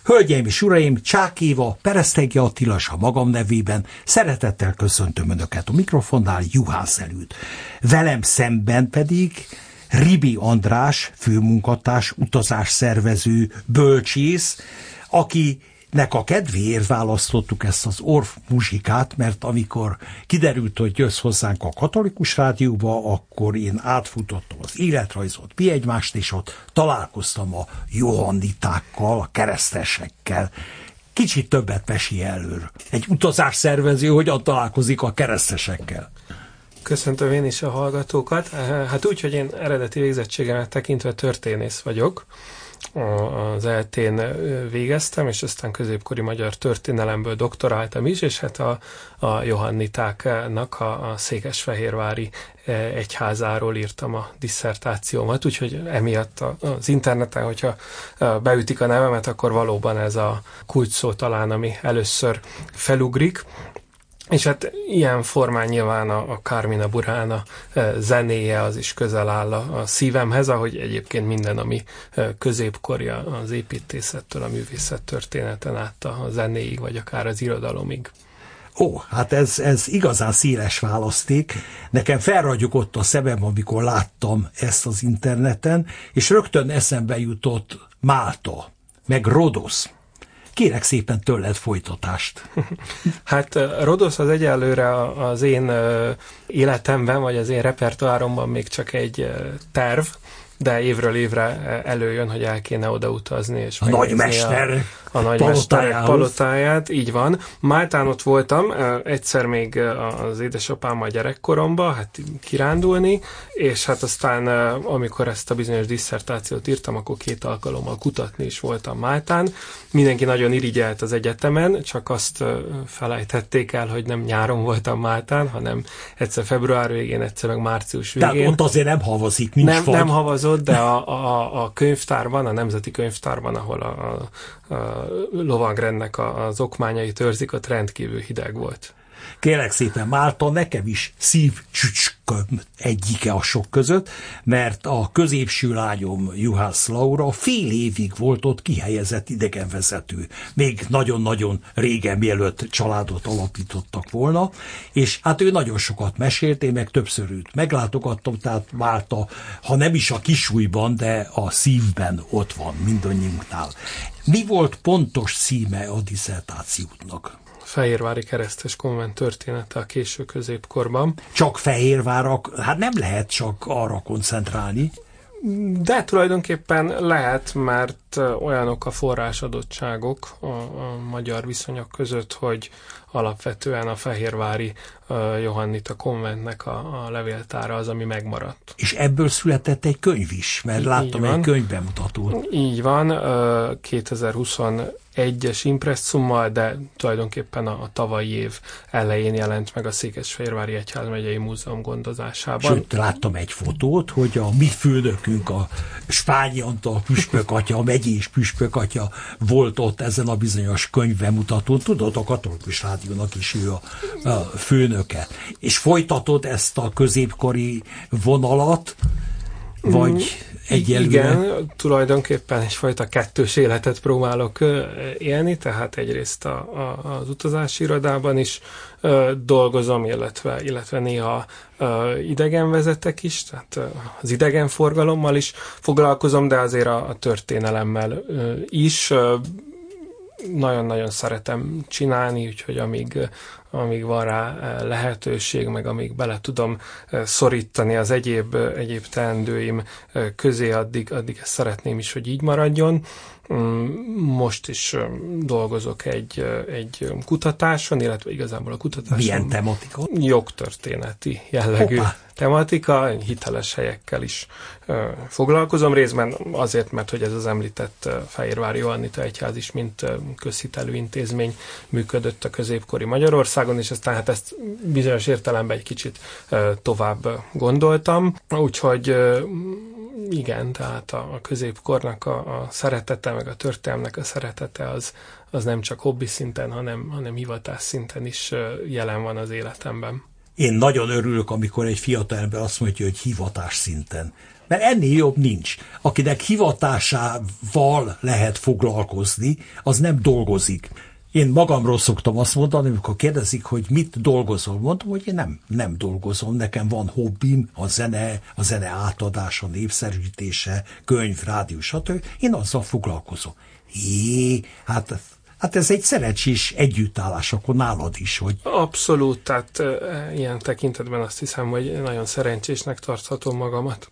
Hölgyeim és uraim, Csák Éva, Peresztegi Attila és a magam nevében szeretettel köszöntöm Önöket a mikrofonnál, Juhász Előtt. Velem szemben pedig Ribi András, főmunkatárs, utazásszervező, bölcsész, akinek a kedvéért választottuk ezt az Orff muzsikát, mert amikor kiderült, hogy jössz hozzánk a Katolikus Rádióba, akkor én átfutottam az életrajzot, mi egymást, és ott találkoztam a johannitákkal, a keresztesekkel. Kicsit többet mesélj előről. Egy utazásszervező hogyan találkozik a keresztesekkel? Köszöntöm én is a hallgatókat. Hát úgy, hogy én eredeti végzettségemet tekintve történész vagyok. Az ELTE-n végeztem, és aztán középkori magyar történelemből doktoráltam is, és hát a johannitáknak a székesfehérvári egyházáról írtam a disszertációmat, úgyhogy emiatt az interneten, hogyha beütik a nevemet, akkor valóban ez a kulcsszó talán, ami először felugrik. És hát ilyen formán nyilván a Carmina Burana zenéje az is közel áll a szívemhez, ahogy egyébként minden, ami középkori az építészettől, a művészettörténeten át a zenéig, vagy akár az irodalomig. Ó, hát ez igazán széles választék. Nekem felragyogott a szemem, amikor láttam ezt az interneten, és rögtön eszembe jutott Málta, meg Rodosz. Kérek szépen tőled folytatást. Hát Rodosz az egyelőre az én életemben, vagy az én repertoáromban még csak egy terv, de évről évre előjön, hogy el kéne oda utazni, és a nagymester a nagymesterek palotáját, így van. Máltán ott voltam, egyszer még az édesapámmal gyerekkoromban, hát kirándulni, és hát aztán, amikor ezt a bizonyos disszertációt írtam, akkor 2 alkalommal kutatni is voltam Máltán. Mindenki nagyon irigyelt az egyetemen, csak azt felejtették el, hogy nem nyáron voltam Máltán, hanem egyszer február végén, egyszer meg március végén. Tehát ott azért nem havazik, nincs fagy. Nem havazott, de a könyvtárban, a Nemzeti Könyvtárban, ahol a lovagrendnek az okmányait őrzik, ott rendkívül hideg volt. Kérlek szépen, Málta nekem is szívcsücsköm egyike a sok között, mert a középső lányom, Juhász Laura fél évig volt ott kihelyezett idegenvezető. Még nagyon-nagyon régen, mielőtt családot alapítottak volna, és hát ő nagyon sokat mesélt, én meg többször őt meglátogattam, tehát Málta, ha nem is a kisújban, de a szívben ott van mindannyiunknál. Mi volt pontos címe a disszertációdnak? Fehérvári Keresztes Konvent története a késő középkorban. Csak Fehérvárak, hát nem lehet csak arra koncentrálni. De tulajdonképpen lehet, mert olyanok a forrásadottságok a magyar viszonyok között, hogy alapvetően a fehérvári johannita konventnek a levéltára az, ami megmaradt. És ebből született egy könyv is, mert láttam egy könyvbemutatót. Így van, 2021-es impresszummal, de tulajdonképpen a tavalyi év elején jelent meg a Székesfehérvári Egyházmegyei Múzeum gondozásában. Sőt, láttam egy fotót, hogy a mi főnökünk, a Spányi Antal püspökatya, a megyés püspökatya volt ott ezen a bizonyos könyvbemutatón. Tudod, a Katolikus Rádiónak is ő a főnöke. És folytatod ezt a középkori vonalat, vagy egyelőre? Igen, tulajdonképpen egyfajta kettős életet próbálok élni, tehát egyrészt az utazási irodában is dolgozom, illetve néha idegenvezetek is, tehát az idegenforgalommal is foglalkozom, de azért a történelemmel is. Nagyon-nagyon szeretem csinálni, úgyhogy amíg van rá lehetőség, meg amíg bele tudom szorítani az egyéb teendőim közé, addig ezt szeretném is, hogy így maradjon. Most is dolgozok egy kutatáson, illetve igazából a kutatáson... Milyen tematika? Jogtörténeti jellegű tematika, hiteles helyekkel is foglalkozom, részben azért, mert hogy ez az említett Fehérvári Johannita Egyház is, mint közhitelű intézmény működött a középkori Magyarországon, és aztán hát ezt bizonyos értelemben egy kicsit tovább gondoltam, úgyhogy igen, tehát a középkornak a szeretete, meg a történelmnek a szeretete az nem csak hobbi szinten, hanem hivatás szinten is jelen van az életemben. Én nagyon örülök, amikor egy fiatal ember azt mondja, hogy hivatás szinten. Mert ennél jobb nincs. Akinek hivatásával lehet foglalkozni, az nem dolgozik. Én magamról szoktam azt mondani, amikor kérdezik, hogy mit dolgozol, mondom, hogy én nem dolgozom, nekem van hobbim, a zene átadása, népszerűsítése, könyv, rádió, stb. Én azzal foglalkozom. Hát ez egy szerencsés együttállás, akkor nálad is, hogy... Abszolút, tehát ilyen tekintetben azt hiszem, hogy nagyon szerencsésnek tarthatom magamat.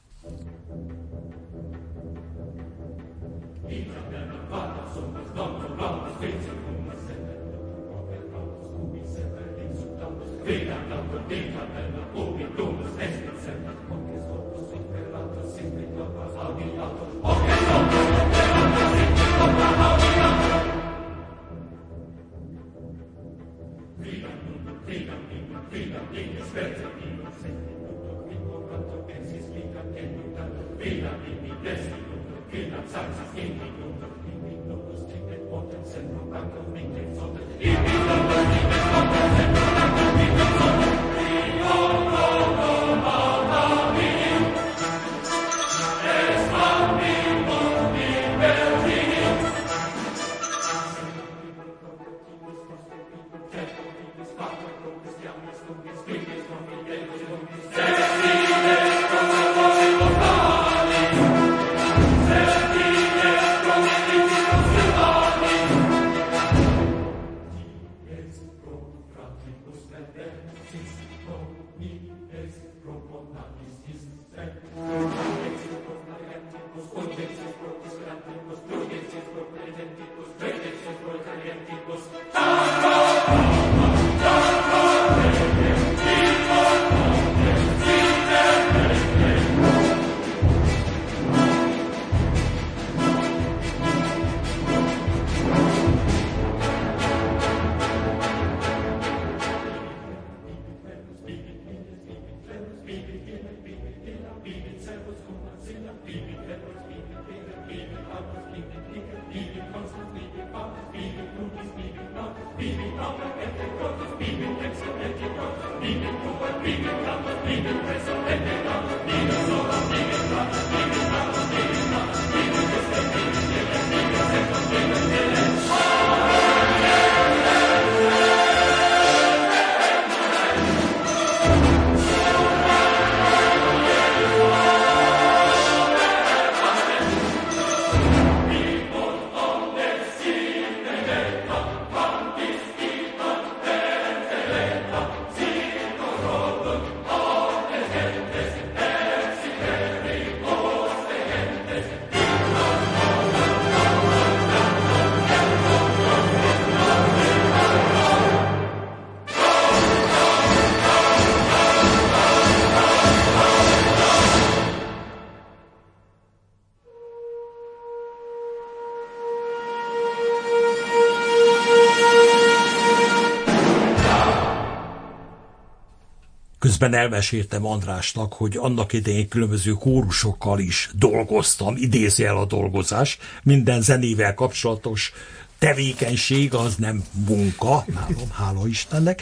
Közben elmeséltem Andrásnak, hogy annak idején különböző kórusokkal is dolgoztam, idézőjel a dolgozás, minden zenével kapcsolatos tevékenység, az nem munka, nálam, hála Istennek,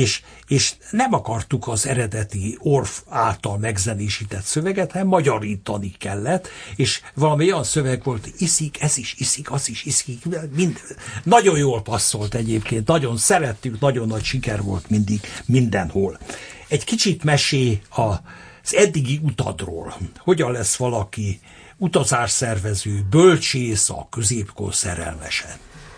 és nem akartuk az eredeti Orff által megzenésített szöveget, hanem magyarítani kellett, és valami olyan szöveg volt, iszik, ez is iszik, az is iszik, nagyon jól passzolt egyébként, nagyon szerettük, nagyon nagy siker volt mindig, mindenhol. Egy kicsit mesélj az eddigi utadról. Hogyan lesz valaki utazásszervező, bölcsész a középkor szerelmese?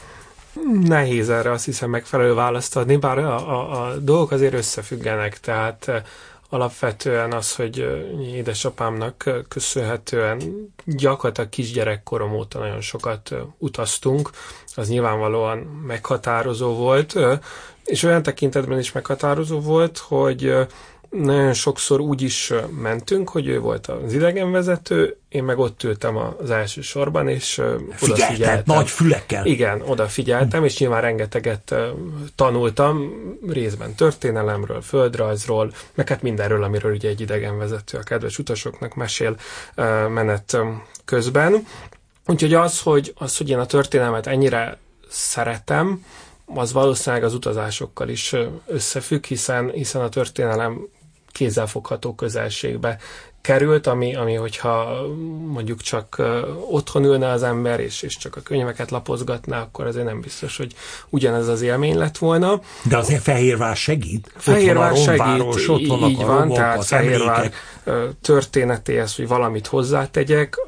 Nehéz erre azt hiszem megfelelő választ adni, bár a dolgok azért összefüggenek, tehát alapvetően az, hogy édesapámnak köszönhetően gyakorlatilag kisgyerekkorom óta nagyon sokat utaztunk, az nyilvánvalóan meghatározó volt, és olyan tekintetben is meghatározó volt, hogy nagyon sokszor úgy is mentünk, hogy ő volt az idegenvezető, én meg ott ültem az első sorban, és odafigyeltem. Nagy fülekkel. Igen, odafigyeltem, és nyilván rengeteget tanultam, részben történelemről, földrajzról, meg hát mindenről, amiről ugye egy idegenvezető a kedves utasoknak mesél menet közben. Úgyhogy az, hogy én a történelmet ennyire szeretem, az valószínűleg az utazásokkal is összefügg, hiszen a történelem kézzelfogható közelségbe került, ami hogyha mondjuk csak otthon ülne az ember, és csak a könyveket lapozgatná, akkor azért nem biztos, hogy ugyanez az élmény lett volna. De azért Fehérvár segít. Fehérvár segít, így van, romok, tehát Fehérvár történetéhez, hogy valamit hozzátegyek,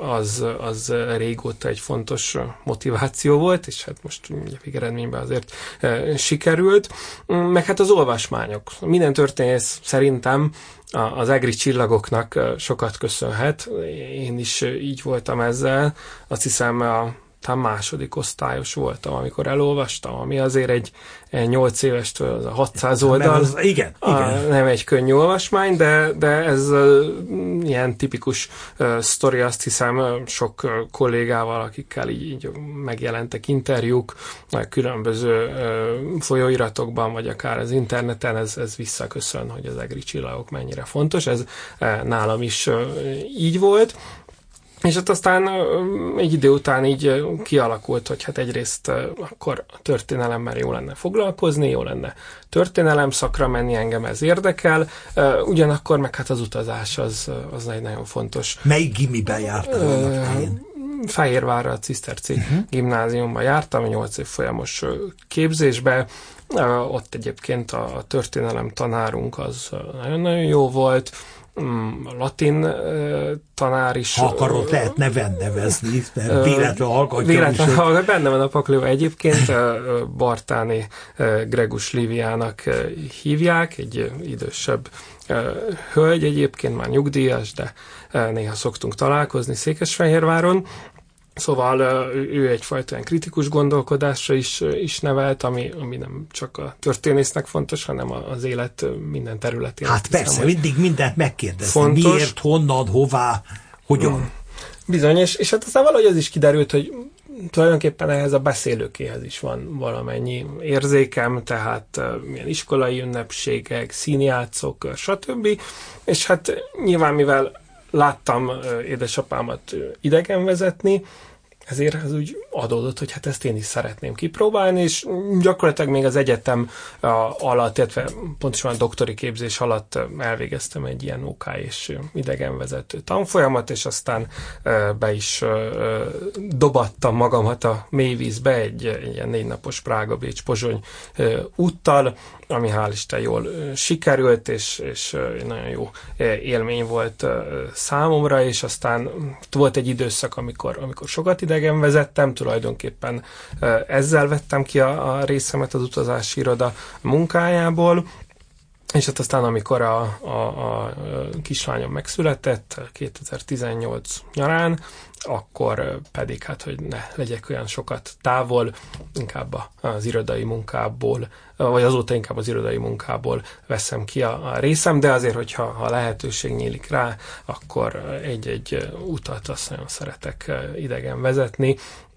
az régóta egy fontos motiváció volt, és hát most végeredményben azért sikerült. Meg hát az olvasmányok. Minden történész szerintem az egri csillagoknak sokat köszönhet. Én is így voltam ezzel. Azt hiszem, talán második osztályos voltam, amikor elolvastam, ami azért egy 8 évestől az a 600 oldal. Igen. Nem egy könnyű olvasmány, de ez ilyen tipikus sztori, azt hiszem sok kollégával, akikkel így megjelentek interjúk, különböző folyóiratokban, vagy akár az interneten, ez visszaköszön, hogy az egri csillagok mennyire fontos. Ez nálam is így volt. És hát aztán egy idő után így kialakult, hogy hát egyrészt akkor a történelemmel jó lenne foglalkozni, jó lenne történelem szakra menni, engem ez érdekel, ugyanakkor meg hát az utazás az egy nagyon fontos. Melyik gimiben jártál? Fehérvárra, a Ciszterci gimnáziumban jártam, 8 év folyamos képzésbe. Ott egyébként a történelem tanárunk az nagyon-nagyon jó volt, a latin tanár is... Ha akarod, lehet neven nevezni, mert véletlenül hallgatja. Véletlenül hallgat, benne van a pakliba egyébként, Bartáné Gregus Líviának hívják, egy idősebb hölgy egyébként, már nyugdíjas, de néha szoktunk találkozni Székesfehérváron. Szóval ő egyfajta ilyen kritikus gondolkodásra is nevelt, ami nem csak a történésznek fontos, hanem az élet minden területén. Hát persze, mindig mindent megkérdezni. Miért, honnan, hová, hogyan. Bizony, és hát aztán valahogy az is kiderült, hogy tulajdonképpen ehhez a beszélőkéhez is van valamennyi érzékem, tehát milyen iskolai ünnepségek, színjátszók, stb. És hát nyilván, mivel láttam édesapámat idegen vezetni, ezért az úgy adódott, hogy hát ezt én is szeretném kipróbálni, és gyakorlatilag még az egyetem alatt, illetve pontosan a doktori képzés alatt elvégeztem egy ilyen OK és idegenvezető tanfolyamat, és aztán be is dobattam magamat a mélyvízbe egy ilyen 4 napos Prága-Bécs-Pozsony úttal, ami hál' Isten jól sikerült, és nagyon jó élmény volt számomra, és aztán volt egy időszak, amikor sokat idegen vezettem, tulajdonképpen ezzel vettem ki a részemet az utazási iroda munkájából, és hát aztán, amikor a kislányom megszületett 2018 nyarán, akkor pedig hát, hogy ne legyek olyan sokat távol, inkább az irodai munkából, vagy azóta inkább az irodai munkából veszem ki a részem, de azért, hogyha lehetőség nyílik rá, akkor egy utat azt nagyon szeretek idegen vezetni.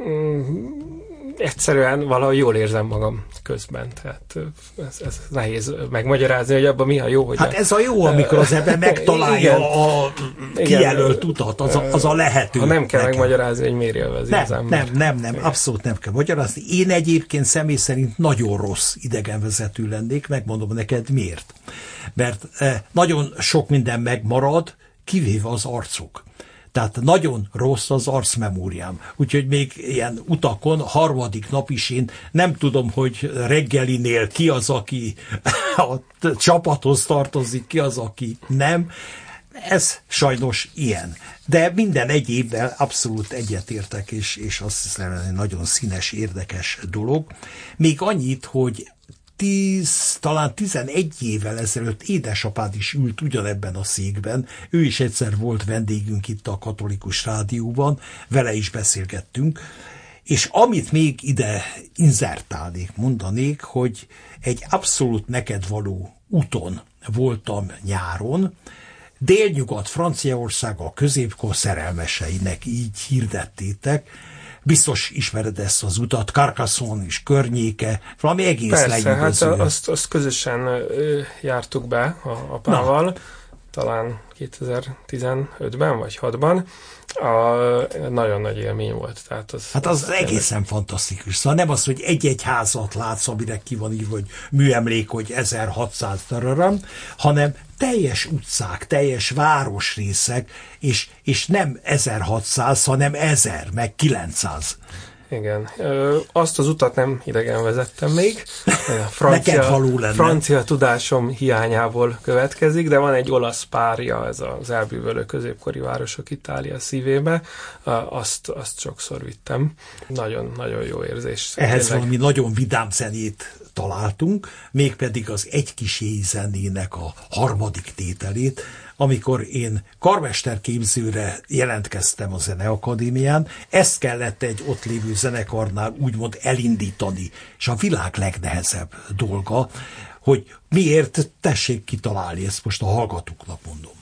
Egyszerűen valahogy jól érzem magam közben, tehát ez nehéz megmagyarázni, hogy abban mi a jó. Hogy hát ez a jó, amikor az ember megtalálja a kijelölt utat, az a lehető. Ha nem kell megmagyarázni, hogy miért élvezi az ember. Nem, abszolút nem kell magyarázni. Én egyébként személy szerint nagyon rossz idegenvezető lennék, megmondom neked miért. Mert nagyon sok minden megmarad, kivéve az arcok. Tehát nagyon rossz az arcmemóriám. Úgyhogy még ilyen utakon, harmadik nap is én nem tudom, hogy reggelinél ki az, aki a csapathoz tartozik, ki az, aki nem. Ez sajnos ilyen. De minden egyébben abszolút egyetértek, és azt hiszem, hogy nagyon színes, érdekes dolog. Még annyit, hogy talán 11 évvel ezelőtt édesapád is ült ugyanebben a székben. Ő is egyszer volt vendégünk itt a Katolikus Rádióban, vele is beszélgettünk, és amit még ide inzertálnék, mondanék, hogy egy abszolút neked való úton voltam nyáron, délnyugat Franciaország a középkor szerelmeseinek, így hirdettétek. Biztos ismered ezt az utat, Carcassonne és környéke, valami egész lenyűgöző. Persze, hát azt közösen jártuk be apával. talán 2015-ben vagy 6-ban. Nagyon nagy élmény volt. Tehát az egészen fantasztikus. Szóval nem az, hogy egy-egy házat látsz, amire ki van írva, hogy műemlék, hogy 1600 tararam, hanem teljes utcák, teljes városrészek, és nem 1600, hanem 1000, meg 900. Igen. Azt az utat nem idegen vezettem még. Francia tudásom hiányából következik, de van egy olasz párja, ez az elbűvölő középkori városok Itália szívébe. Azt sokszor vittem. Nagyon jó érzés. Ehhez valami nagyon vidám zenét találtunk, mégpedig az Egy kis éj zenének a harmadik tételét, amikor én karmesterképzőre jelentkeztem a Zeneakadémián, ezt kellett egy ott lévő zenekarnál úgymond elindítani, és a világ legnehezebb dolga, hogy miért tessék kitalálni, ezt most a hallgatóknak mondom.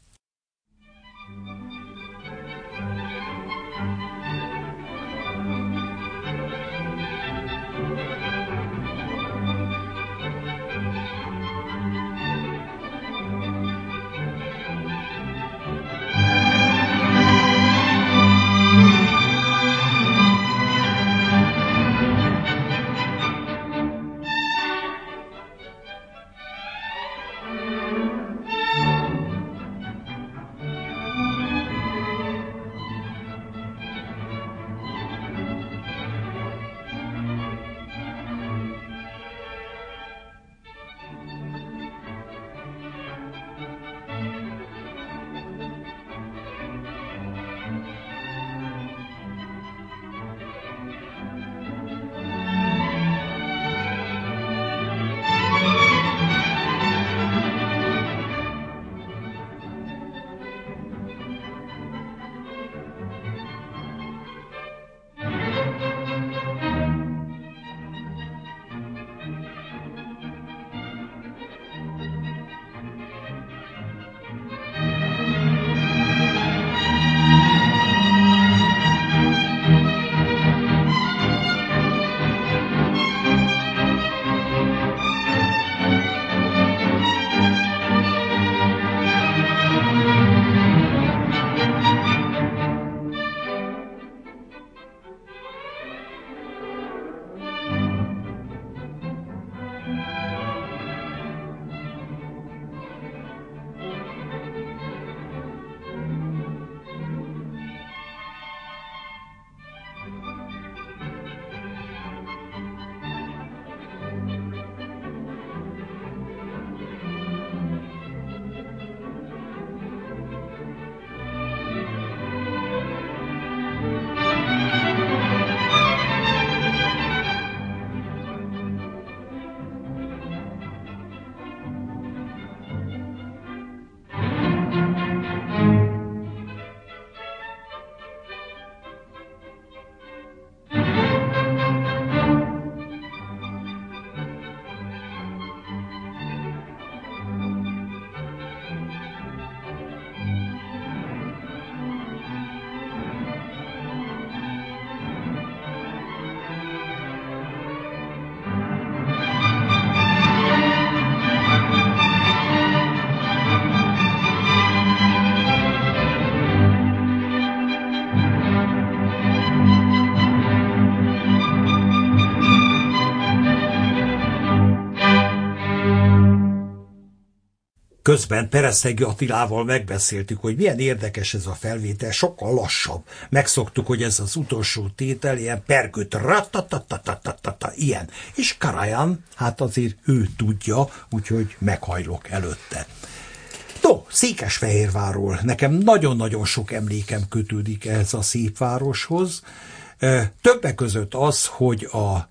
Közben Peresztegi Attilával megbeszéltük, hogy milyen érdekes ez a felvétel, sokkal lassabb. Megszoktuk, hogy ez az utolsó tétel ilyen pergőt, ratatatatata, ilyen. És Karajan, hát azért ő tudja, úgyhogy meghajlok előtte. No, Székesfehérvárról nekem nagyon-nagyon sok emlékem kötődik ehhez a szép városhoz. Többek között az, hogy a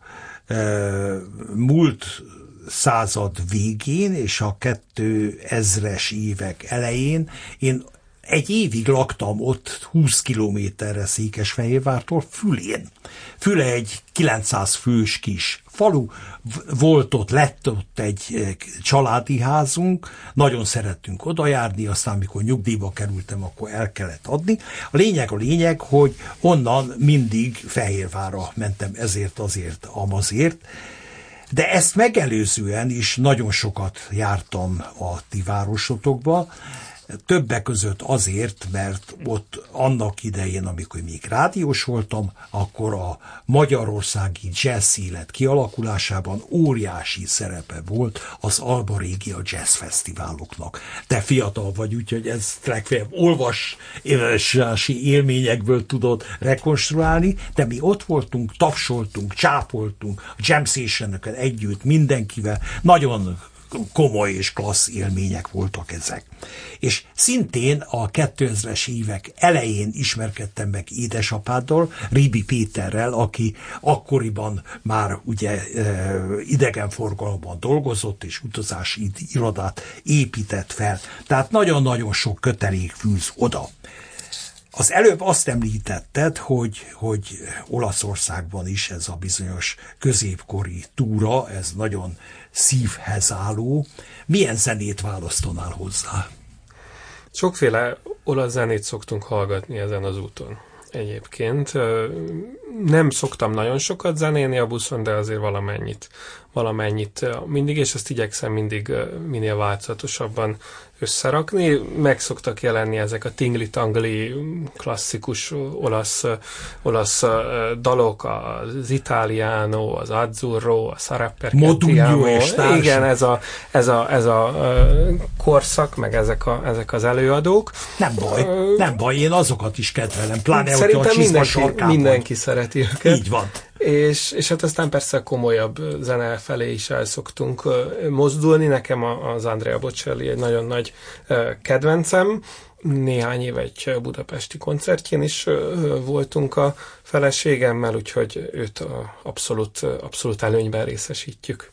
múlt század végén és a 2000-es évek elején én egy évig laktam ott 20 kilométerre Székesfehérvártól Fülén. Füle egy 900 fős kis falu, volt ott, lett ott egy családi házunk, nagyon szerettünk odajárni, aztán amikor nyugdíjba kerültem, akkor el kellett adni. A lényeg, hogy onnan mindig Fehérvárra mentem ezért, azért, amazért, de ezt megelőzően is nagyon sokat jártam a ti városotokba. Többek között azért, mert ott annak idején, amikor még rádiós voltam, akkor a magyarországi jazz élet kialakulásában óriási szerepe volt az Alba Regia Jazz Fesztiváloknak. Te fiatal vagy, úgyhogy ez legfeljebb olvasási élményekből tudod rekonstruálni, de mi ott voltunk, tapsoltunk, csápoltunk, a jam session-öket együtt mindenkivel, nagyon komoly és klassz élmények voltak ezek. És szintén a 2000-es évek elején ismerkedtem meg édesapáddal, Ribi Péterrel, aki akkoriban már ugye idegenforgalomban dolgozott, és utazási irodát épített fel. Tehát nagyon-nagyon sok kötelék fűz oda. Az előbb azt említetted, hogy Olaszországban is ez a bizonyos középkori túra, ez nagyon szívhez álló. Milyen zenét választanál hozzá? Sokféle olasz zenét szoktunk hallgatni ezen az úton. Egyébként nem szoktam nagyon sokat zenélni a buszon, de azért valamennyit mindig, és ezt igyekszem mindig minél változatosabban összerakni. Meg szoktak jelenni ezek a tingli-tangli klasszikus olasz dalok, az Italiano, az Azzurro, a Sarà perché ti amo. Igen, ez a korszak, meg ezek az előadók. Nem baj, én azokat is kedvelem, pláne hogyha a csizma sarkában. Mindenki szereti őket. Így van. És hát aztán persze komolyabb zene felé is el szoktunk mozdulni. Nekem az Andrea Bocelli egy nagyon nagy kedvencem. Néhány éve egy budapesti koncertjén is voltunk a feleségemmel, úgyhogy őt abszolút előnyben részesítjük.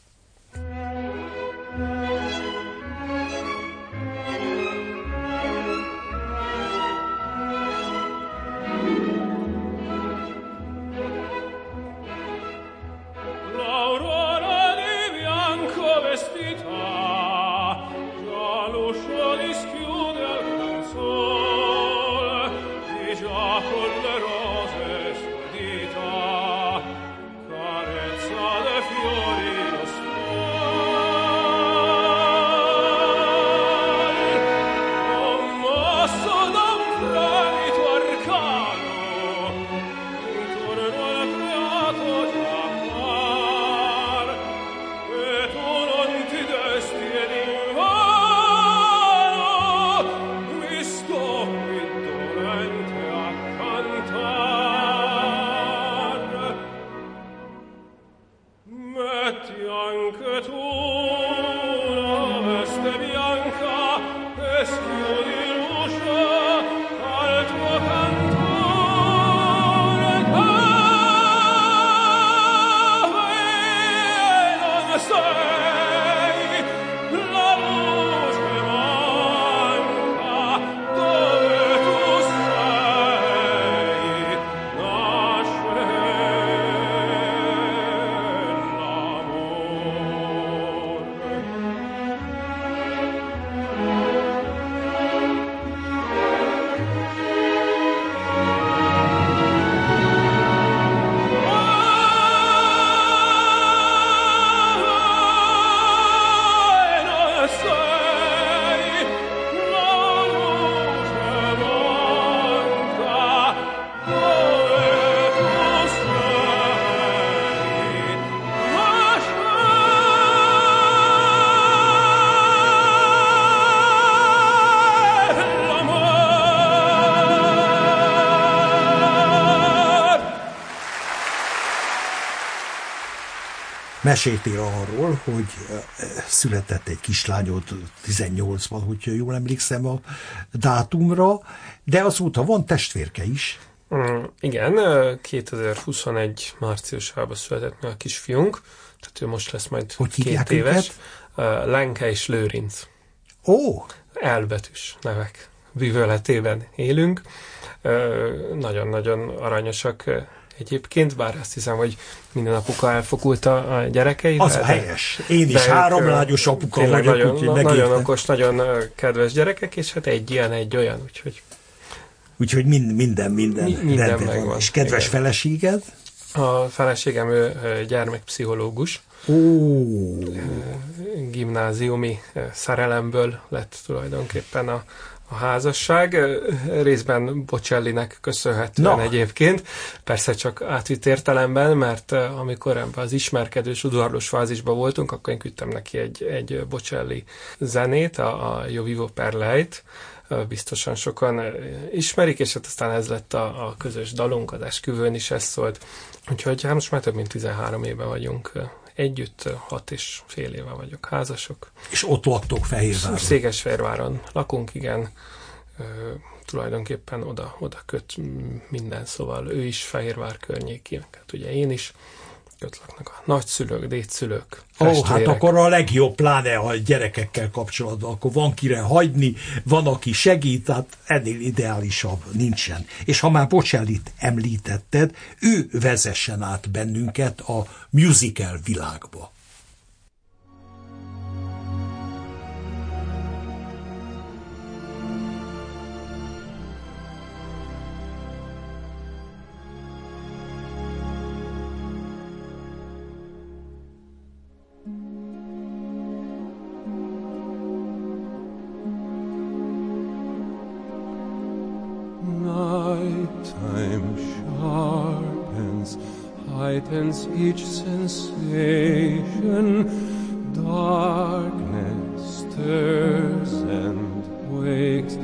Meséltél arról, hogy született egy kislányod 18-ban, hogyha jól emlékszem a dátumra, de azóta van testvérke is. Igen, 2021 márciusában született meg a kisfiunk, tehát ő most lesz majd 2 éves. Lenke és Lőrinc. Ó! Elbetűs nevek bűvöletében élünk. Nagyon-nagyon aranyosak egyébként, bár azt hiszem, hogy minden apuka elfokulta a gyerekeit. Az a helyes. Én is 3 lágyos apuka vagyok. Nagyon okos, nagyon kedves gyerekek, és hát egy ilyen, egy olyan, úgyhogy... Úgyhogy minden megvan. És kedves feleséged? A feleségem ő gyermekpszichológus, Gimnáziumi szerelemből lett tulajdonképpen a házasság, részben Bocellinek köszönhetően egyébként, persze csak átvitt értelemben, mert amikor ebben az ismerkedős, udvarlós fázisban voltunk, akkor én küldtem neki egy Bocelli zenét, a Io vivo per leit, biztosan sokan ismerik, és hát aztán ez lett a közös dalunk, az esküvőn is ez szólt, úgyhogy hát most már több mint 13 éve vagyunk együtt, 6,5 éve vagyok házasok. És ott laktok Fehérváron? Székesfehérváron lakunk, igen. Tulajdonképpen oda köt minden, szóval ő is Fehérvár környéki, hát ugye én is, ott laknak a nagyszülők, dédszülők, testvérek. Hát akkor a legjobb, pláne a gyerekekkel kapcsolatban, akkor van kire hagyni, van, aki segít, tehát ennél ideálisabb nincsen. És ha már Bocellit említetted, ő vezessen át bennünket a musical világba. Time sharpens, heightens each sensation, darkness stirs and wakes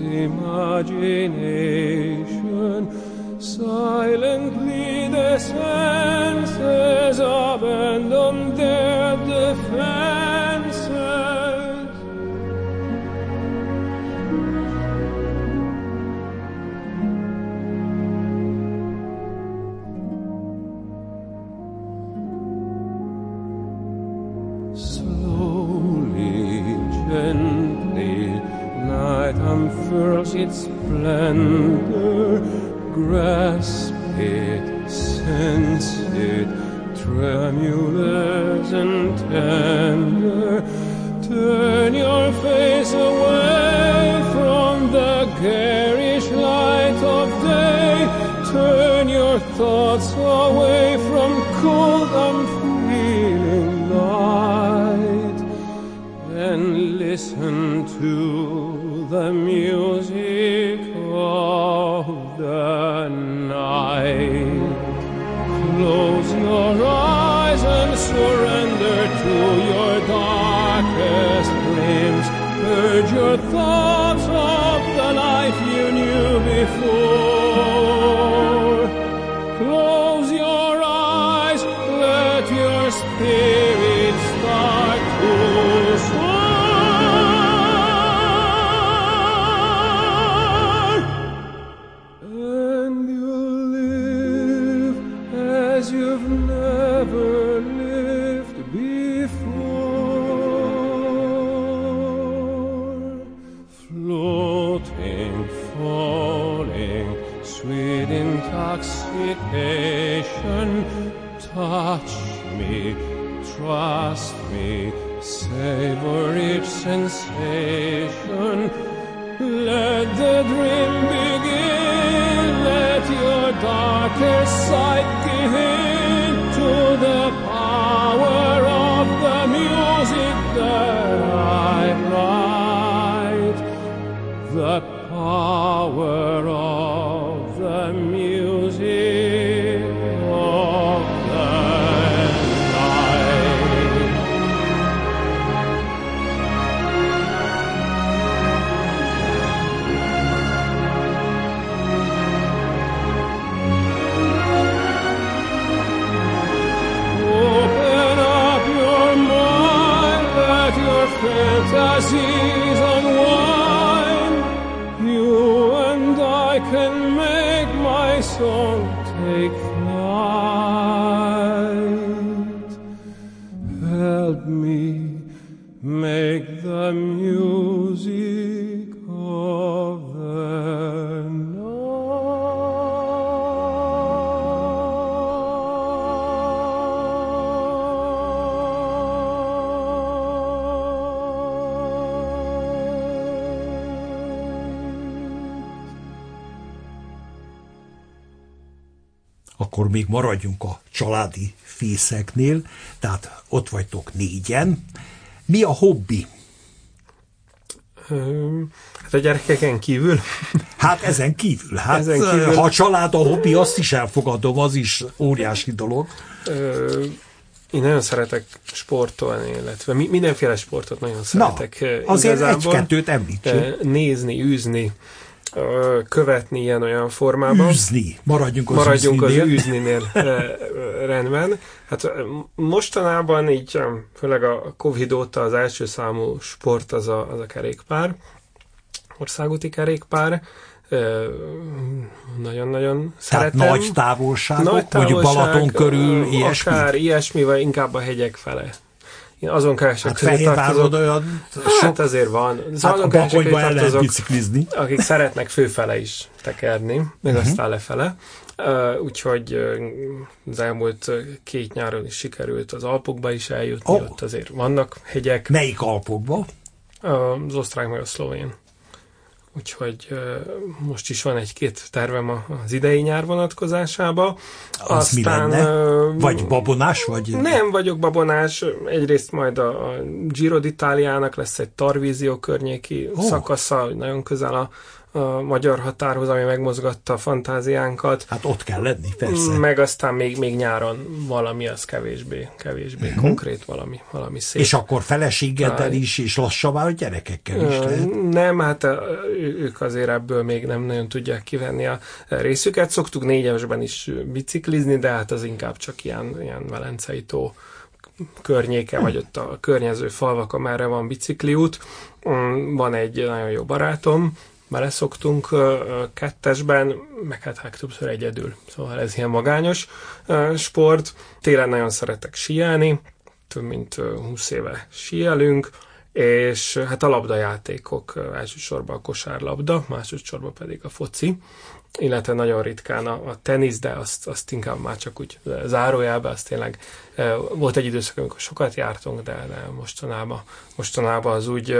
imagination, silently the senses abandon their defenses. Unfurls its splendor, grasp it, sense it, tremulous and tender. Turn your face away from the garish light of day, turn your thoughts away from cold, unfeeling light, and listen to the music of the night. Close your eyes and surrender to your darkest dreams. Purge your thoughts of the life you knew before. Close your eyes, let your spirit start to soar. Touch me, trust me, savor each sensation. Let the dream begin, let your darkest sight give in to the power of the music that I write. The power of the music of the night. Open up your mind, let your fantasies unwind. You and I can make my song take flight. Help me make the music of the akkor még maradjunk a családi fészeknél, tehát ott vagytok 4-en. Mi a hobbi? Hát a gyerekeken kívül? Hát ezen kívül. Hát, ezen kívül. Ha a család a hobbi, azt is elfogadom, az is óriási dolog. Én nagyon szeretek sportolni, illetve mindenféle sportot nagyon szeretek. Na, azért egy-kettőt említsünk. Nézni, űzni, követni ilyen-olyan formában. Űzni. Maradjunk az űzninél. Rendben. Hát mostanában így, főleg a Covid óta az első számú sport az a kerékpár, országúti kerékpár. Nagyon-nagyon szeretem. Tehát nagy távolságok, mondjuk Balaton körül, ilyesmi? Akár ilyesmi, vagy inkább a hegyek fele. Én azon keresek közé tartozok. Olyan hát azért van. Hát a Bakonyba el lehet biciklizni. Akik szeretnek főfele is tekerni, meg aztán lefele. Úgyhogy az elmúlt 2 nyáron is sikerült az Alpokba is eljutni, ott azért vannak hegyek. Melyik Alpokba? Az osztrák meg a szlovén. Úgyhogy most is van 1-2 tervem az idei nyár vonatkozásába. Az mi lenne? Vagy babonás? Vagy... Nem vagyok babonás. Egyrészt majd a Giro d'Italiának lesz egy Tarvízió környéki szakasza, nagyon közel a magyar határhoz, ami megmozgatta a fantáziánkat. Hát ott kell lenni, persze. Meg aztán még nyáron valami az kevésbé konkrét, valami szép. És akkor feleségeddel is, és lassabbá a gyerekekkel is lehet? Nem, hát ők azért ebből még nem nagyon tudják kivenni a részüket. Szoktuk 4 évesben is biciklizni, de hát az inkább csak ilyen Velencei tó környéke, vagy ott a környező falvak, amerre van bicikliút. Van egy nagyon jó barátom, beleszoktunk 2-esben, meg hát többször egyedül. Szóval ez ilyen magányos sport. Télen nagyon szeretek síelni, több mint 20 éve síelünk, és hát a labdajátékok, elsősorban a kosárlabda, másodszorban pedig a foci, illetve nagyon ritkán a tenisz, de azt inkább már csak úgy zárójelben, azt tényleg volt egy időszak, amikor sokat jártunk, de mostanában az úgy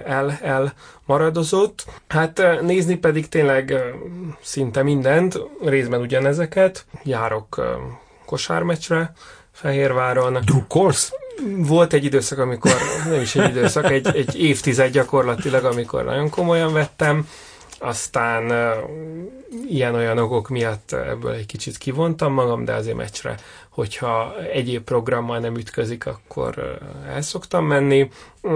elmaradozott. Hát nézni pedig tényleg szinte mindent, részben ugyanezeket. Járok kosármeccsre Fehérváron. Drukkolsz? Volt egy időszak, amikor, nem is egy időszak, egy évtized gyakorlatilag, amikor nagyon komolyan vettem, aztán ilyen-olyan okok miatt ebből egy kicsit kivontam magam, de azért meccsre, hogyha egyéb programmal nem ütközik, akkor el szoktam menni,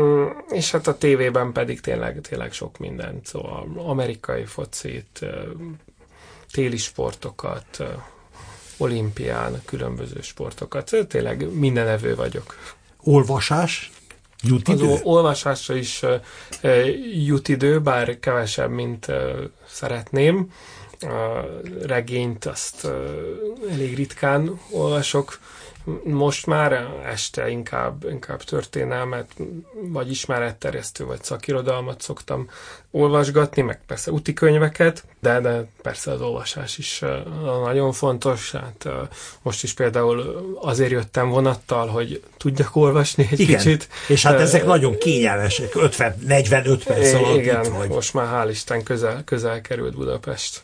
és hát a tévében pedig tényleg sok mindent, szóval amerikai focit, téli sportokat, olimpián, különböző sportokat, tényleg mindenevő vagyok. Olvasás? Jut idő? Az olvasásra is jut idő, bár kevesebb, mint szeretném. A regényt azt elég ritkán olvasok. Most már este inkább történelmet, vagy ismeretterjesztő, vagy szakirodalmat szoktam olvasgatni, meg persze útikönyveket, de persze az olvasás is nagyon fontos. Hát most is például azért jöttem vonattal, hogy tudjak olvasni egy kicsit. És hát ezek nagyon kényelmesek, 45 perc alatt igen, itt vagy. Most már hál' Isten közel került Budapest.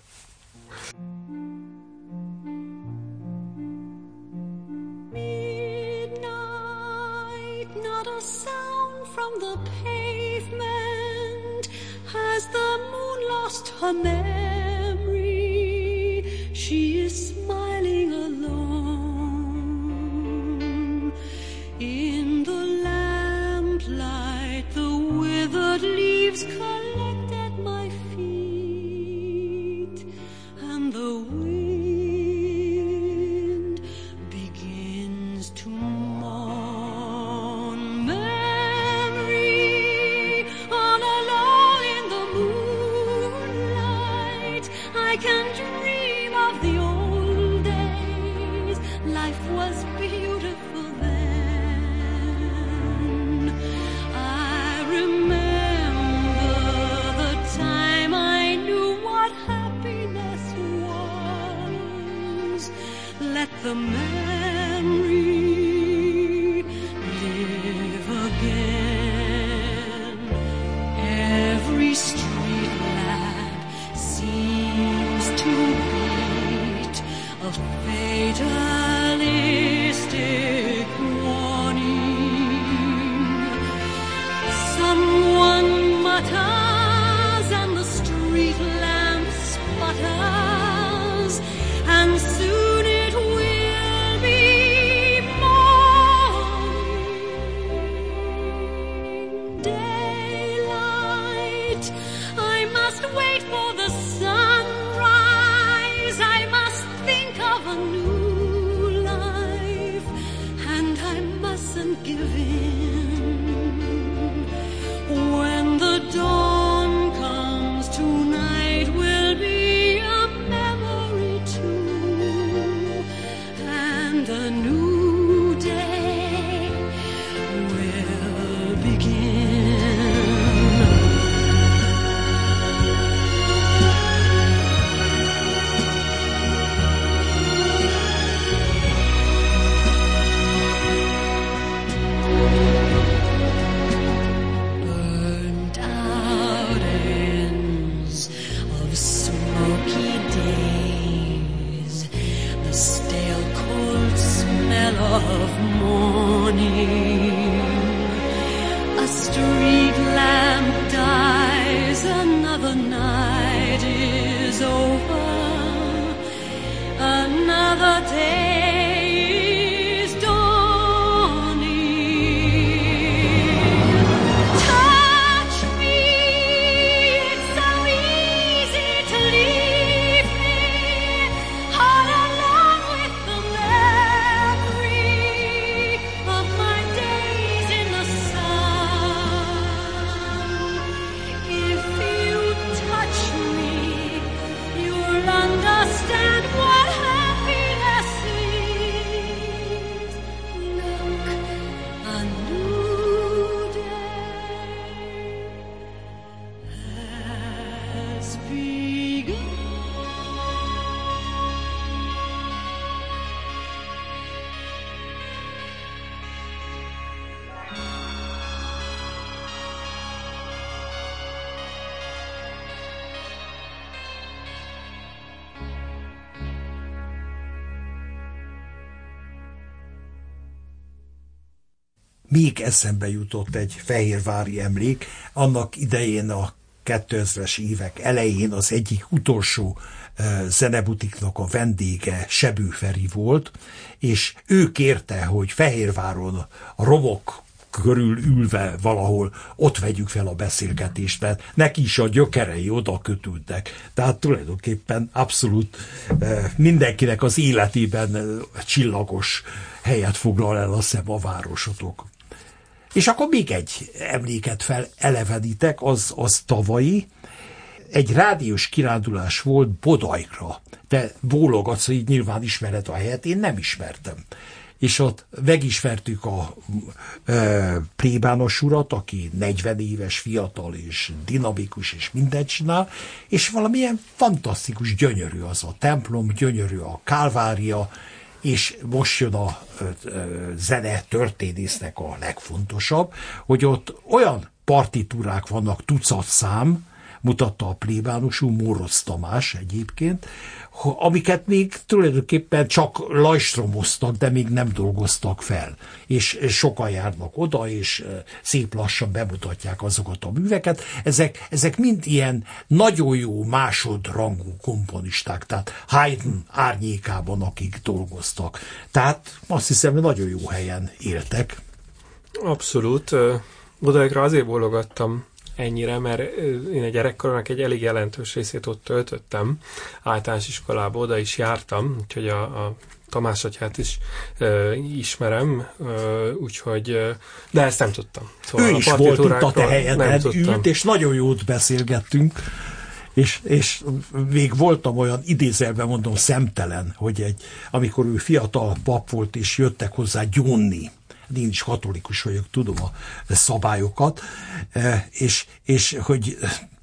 Her memory, she is smiling alone. In the lamplight, the withered leaves collect at my feet, and the wind begins to mourn. Memory, all alone in the moon, I can dream of the old flutters and the street lamp sputters, and soon it will be morning. Daylight, I must wait for the sunrise, I must think of a new life, and I mustn't give in. When the dawn comes, tonight will be a memory too, and a new day will begin. Burnt out ends of smoky days, the stale cold smell of morning. A street lamp dies, another night is over, another day is dawning. Touch me, it's so easy to leave me all alone with the memory of my days in the sun. If you touch me, you'll understand what happiness is. Look, a new day has begun. Még eszembe jutott egy fehérvári emlék, annak idején a 2000-es évek elején az egyik utolsó zenebutiknak a vendége Sebő Feri volt, és ő kérte, hogy Fehérváron a romok körül ülve valahol ott vegyük fel a beszélgetést, mert neki is a gyökerei oda kötődnek. Tehát tulajdonképpen abszolút mindenkinek az életében csillagos helyet foglal el, azt hiszem, a városotok. És akkor még egy emléket felelevenítek, az tavalyi. Egy rádiós kirándulás volt Bodajkra. Te bólogatsz, hogy nyilván ismered a helyet, én nem ismertem. És ott megismertük a plébános urat, aki 40 éves, fiatal és dinamikus, és mindent csinál, és valamilyen fantasztikus, gyönyörű az a templom, gyönyörű a Kálvária, és most jön a zene történésznek a legfontosabb, hogy ott olyan partitúrák vannak, tucat szám, mutatta a plébános úr, Moroz Tamás egyébként, amiket még tulajdonképpen csak lajstromoztak, de még nem dolgoztak fel. És sokan járnak oda, és szép lassan bemutatják azokat a műveket. Ezek mind ilyen nagyon jó másodrangú komponisták, tehát Haydn árnyékában, akik dolgoztak. Tehát azt hiszem, hogy nagyon jó helyen éltek. Abszolút. Bodajkra azért bólogattam ennyire, mert én a gyerekkoromnak egy elég jelentős részét ott töltöttem. Általános iskolába oda is jártam, úgyhogy a Tamás atyát is ismerem, úgyhogy, de ezt nem tudtam. Szóval ő is volt itt a te helyeden, ült, és nagyon jót beszélgettünk, és még voltam olyan, idézelben mondom, szemtelen, hogy amikor ő fiatal pap volt, és jöttek hozzá gyónni, én is katolikus vagyok, tudom a szabályokat, és hogy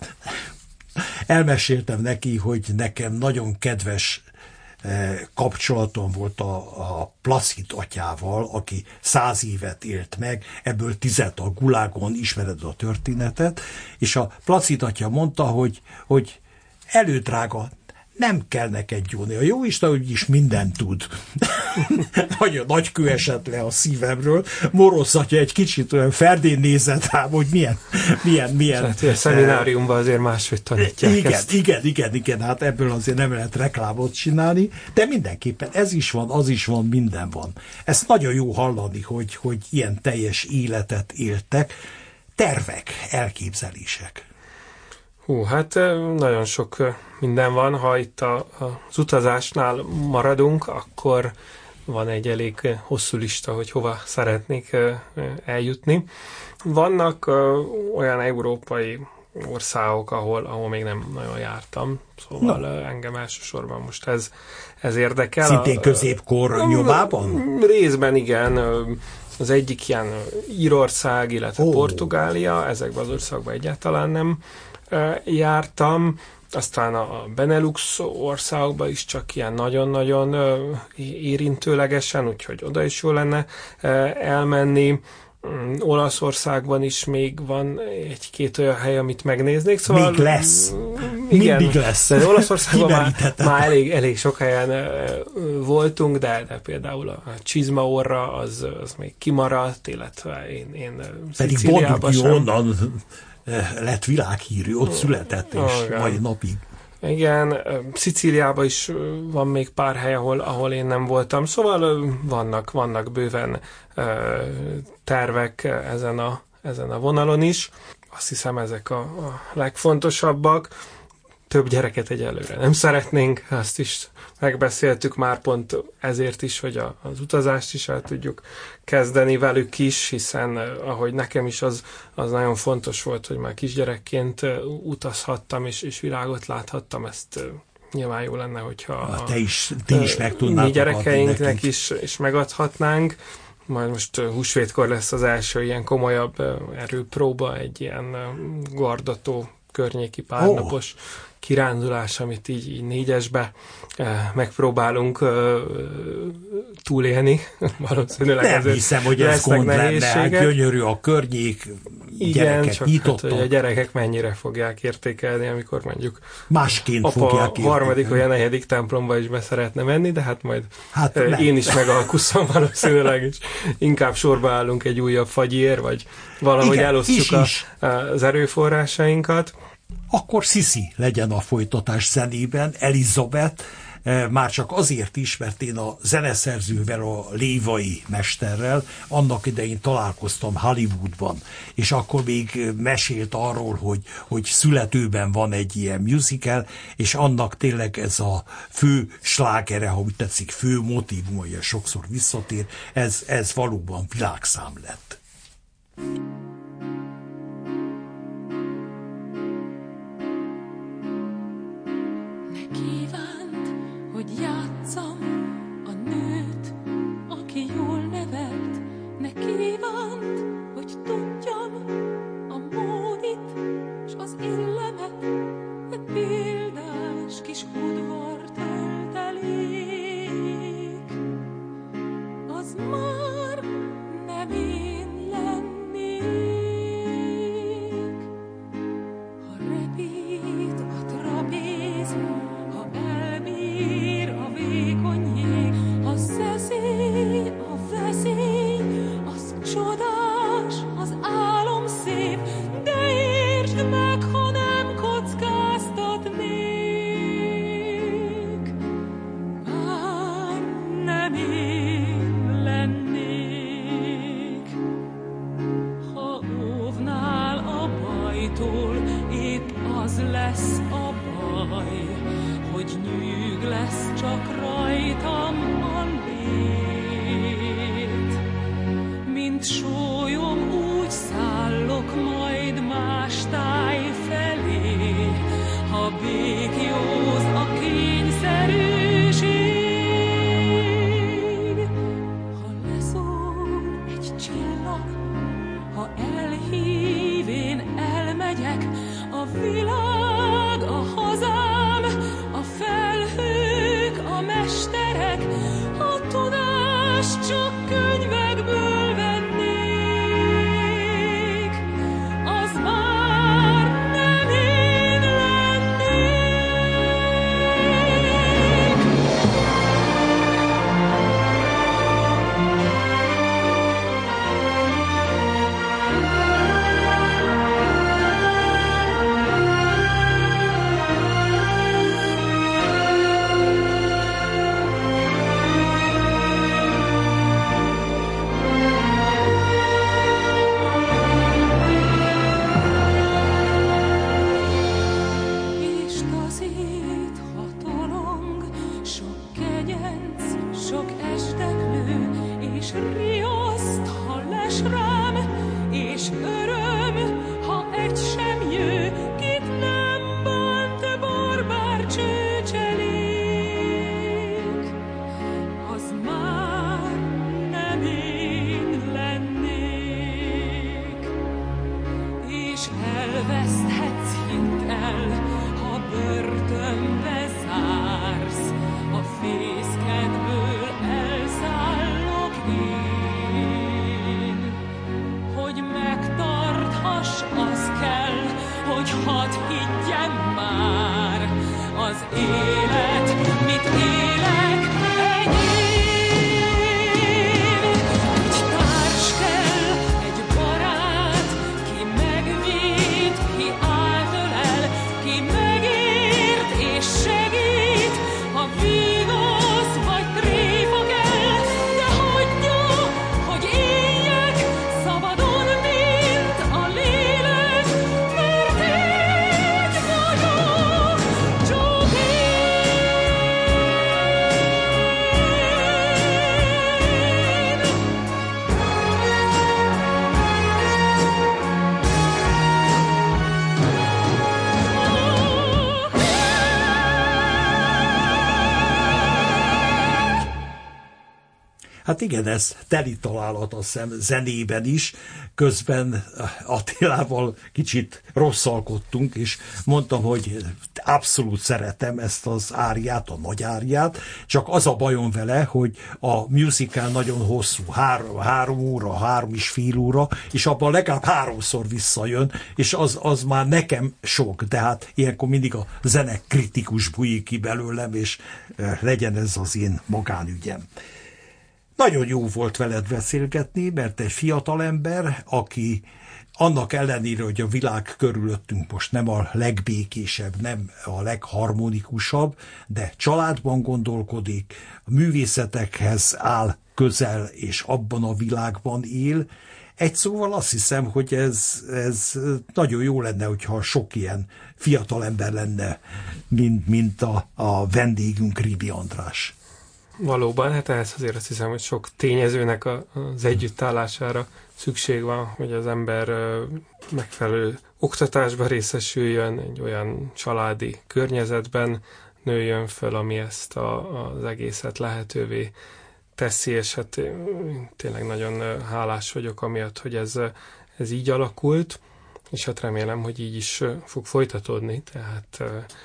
elmeséltem neki, hogy nekem nagyon kedves kapcsolatom volt a Placid atyával, aki 100 évet élt meg, ebből 10 a Gulágon, ismered a történetet, és a Placid atya mondta, hogy elődrága, nem kell neked gyóni. A jóisten úgyis mindent tud. Nagyon nagy kő esett le a szívemről. Moroszatja egy kicsit olyan ferdén nézett rám, hogy milyen. Hát, a szemináriumban azért máshogy tanítják ezt. Igen, hát ebből azért nem lehet reklámot csinálni, de mindenképpen ez is van, az is van, minden van. Ezt nagyon jó hallani, hogy ilyen teljes életet éltek. Tervek, elképzelések. Hát nagyon sok minden van. Ha itt az utazásnál maradunk, akkor van egy elég hosszú lista, hogy hova szeretnék eljutni. Vannak olyan európai országok, ahol még nem nagyon jártam, szóval engem elsősorban most ez érdekel. Szintén középkor nyomában? Részben igen. Az egyik ilyen Írország, illetve Portugália, ezekben az országban egyáltalán nem jártam, aztán a Benelux országokban is csak ilyen nagyon-nagyon érintőlegesen, úgyhogy oda is jó lenne elmenni. Olaszországban is még van egy-két olyan hely, amit megnéznék. Szóval, még lesz. Igen, mindig lesz. De Olaszországban már elég sok helyen voltunk, de például a Csizmaorra az még kimaradt, illetve én pedig Szicíliában sem. onnan lett világhírű, ott született, és mai napig. Igen, Szicíliában is van még pár hely, ahol én nem voltam, szóval vannak bőven tervek ezen a vonalon is. Azt hiszem, ezek a legfontosabbak. Több gyereket egyelőre nem szeretnénk, azt is megbeszéltük már pont ezért is, hogy az utazást is el tudjuk kezdeni velük is, hiszen ahogy nekem is az nagyon fontos volt, hogy már kisgyerekként utazhattam és világot láthattam, ezt nyilván jó lenne, hogyha ti is meg tudnátok mi gyerekeinknek is megadhatnánk. Majd most húsvétkor lesz az első ilyen komolyabb erőpróba, egy ilyen Gardató környéki párnapos kirándulás, amit így 4-esbe megpróbálunk túlélni. Valószínűleg nem hiszem, hogy ez gond lenne. Gyönyörű a környék, igen, csak hát, hogy a gyerekek mennyire fogják értékelni, amikor mondjuk másként fogják a harmadik vagy a 4. templomba is be szeretne menni, de hát majd én is megalkuszom valószínűleg, és inkább sorba állunk egy újabb fagyér, vagy valahogy elosztjuk az erőforrásainkat. Akkor Sisi legyen a folytatás zenében, Elizabeth, már csak azért is, mert én a zeneszerzővel, a lévai mesterrel annak idején találkoztam Hollywoodban, és akkor még mesélt arról, hogy születőben van egy ilyen musical, és annak tényleg ez a fő slágere, ha úgy tetszik, fő motívumja sokszor visszatér, ez valóban világszám lett. Kívánt, hogy játsszam a nőt, aki jól nevelt. Ne kívánt, hogy tudjam a módit s az illemet. Egy példás kis udvar töltelék. Az már nem én lennék. Ha repít a trapéz, elbír a vékony jég, a szeszély, a veszély, az csodás, az álom szép, de értsd meg, ha nem kockáztatnék. Már nem én lennék. Ha óvnál a bajtól, épp az lesz a baj, hogy nyűg lesz csak rajtam a lét. Mint sólyom úgy szállok majd más táj felé, ha békjóz a kényszerűség. Ha leszól egy csillag, ha elhív, én elmegyek, a világ, a hazám, a felhők, a mesterek, a tudás csak könyvekből vennék. Az már nem én lennék. elveszthetsz hittel, ha börtönbe zársz, a fészkedből elszállok én. Hogy megtarthass, az kell, hogy hadd higgyem már, az élet, mit élek, enyém. Egy társ kell, egy barát, ki megvéd, ki átölel, ki megért és segít, ha vígosz vagy tréfa kell, de hagyja, hogy éljek szabadon, mint a lélek, mert így vagyok, csak én. Hát igen, ez teli találat, azt hiszem, zenében is. Közben Attilával kicsit rosszalkodtunk, és mondtam, hogy abszolút szeretem ezt az áriát, a nagy áriát, csak az a bajom vele, hogy a musical nagyon hosszú, 3 óra, 3,5 óra, és abban legalább 3-szor visszajön, és az már nekem sok, de hát ilyenkor mindig a zenekritikus bújik ki belőlem, és legyen ez az én magánügyem. Nagyon jó volt veled beszélgetni, mert egy fiatalember, aki annak ellenére, hogy a világ körülöttünk most nem a legbékésebb, nem a legharmonikusabb, de családban gondolkodik, a művészetekhez áll közel, és abban a világban él. Egy szóval azt hiszem, hogy ez nagyon jó lenne, hogyha sok ilyen fiatalember lenne, mint a vendégünk, Ribi András. Valóban, hát ehhez azért azt hiszem, hogy sok tényezőnek az együttállására szükség van, hogy az ember megfelelő oktatásban részesüljön, egy olyan családi környezetben nőjön föl, ami ezt az egészet lehetővé teszi, és hát tényleg nagyon hálás vagyok amiatt, hogy ez így alakult, és hát remélem, hogy így is fog folytatódni, tehát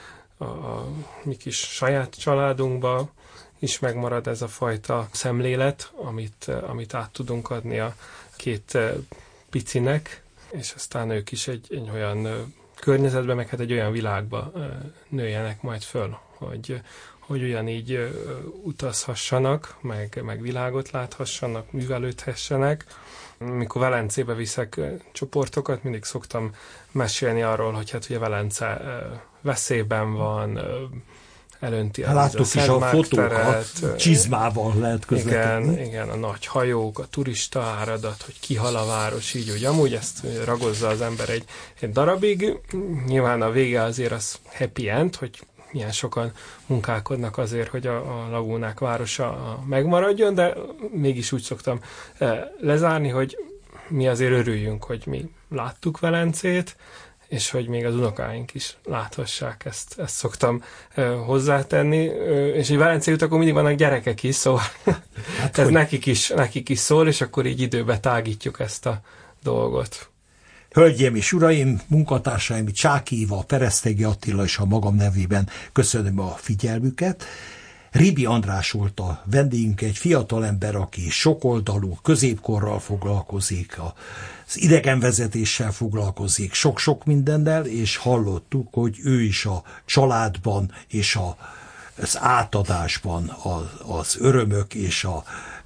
a mi kis saját családunkban is megmarad ez a fajta szemlélet, amit át tudunk adni a két picinek, és aztán ők is egy olyan környezetben, meg hát egy olyan világba nőjenek majd föl, hogy ugyanígy utazhassanak, meg világot láthassanak, művelődhessenek. Mikor Velencébe viszek csoportokat, mindig szoktam mesélni arról, hogy hát ugye Velence veszélyben van, elönti a láttuk is a fotókat, csizmával lehet közlekedni. Igen, a nagy hajók, a turista áradat, hogy kihal a város, így, hogy amúgy ezt ragozza az ember egy darabig. Nyilván a vége azért az happy end, hogy milyen sokan munkálkodnak azért, hogy a lagúnák városa megmaradjon, de mégis úgy szoktam lezárni, hogy mi azért örüljünk, hogy mi láttuk Velencét, és hogy még az unokáink is láthassák, ezt szoktam hozzátenni. És egy Velencei utakon mindig vannak gyerekek is, szóval hát ez nekik is szól, és akkor így időbe tágítjuk ezt a dolgot. Hölgyeim és uraim, munkatársaim, Csáky Éva, Peresztegi Attila és a magam nevében köszönöm a figyelmüket. Ribi András volt a vendégünk, egy fiatalember, aki sokoldalú, középkorral foglalkozik, az idegenvezetéssel foglalkozik, sok-sok mindennel, és hallottuk, hogy ő is a családban és az átadásban, az örömök és az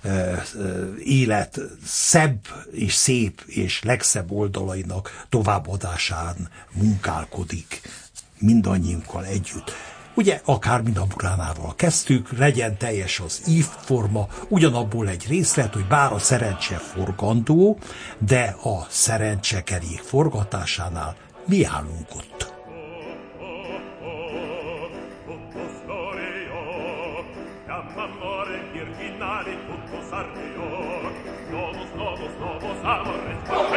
élet szebb és szép és legszebb oldalainak továbbadásán munkálkodik mindannyiunkkal együtt. Ugye akár mind a Buránával kezdtük, legyen teljes az ívforma, ugyanabból egy részlet, hogy bár a szerencse forgandó, de a szerencsekerék forgatásánál mi állunk ott. Amore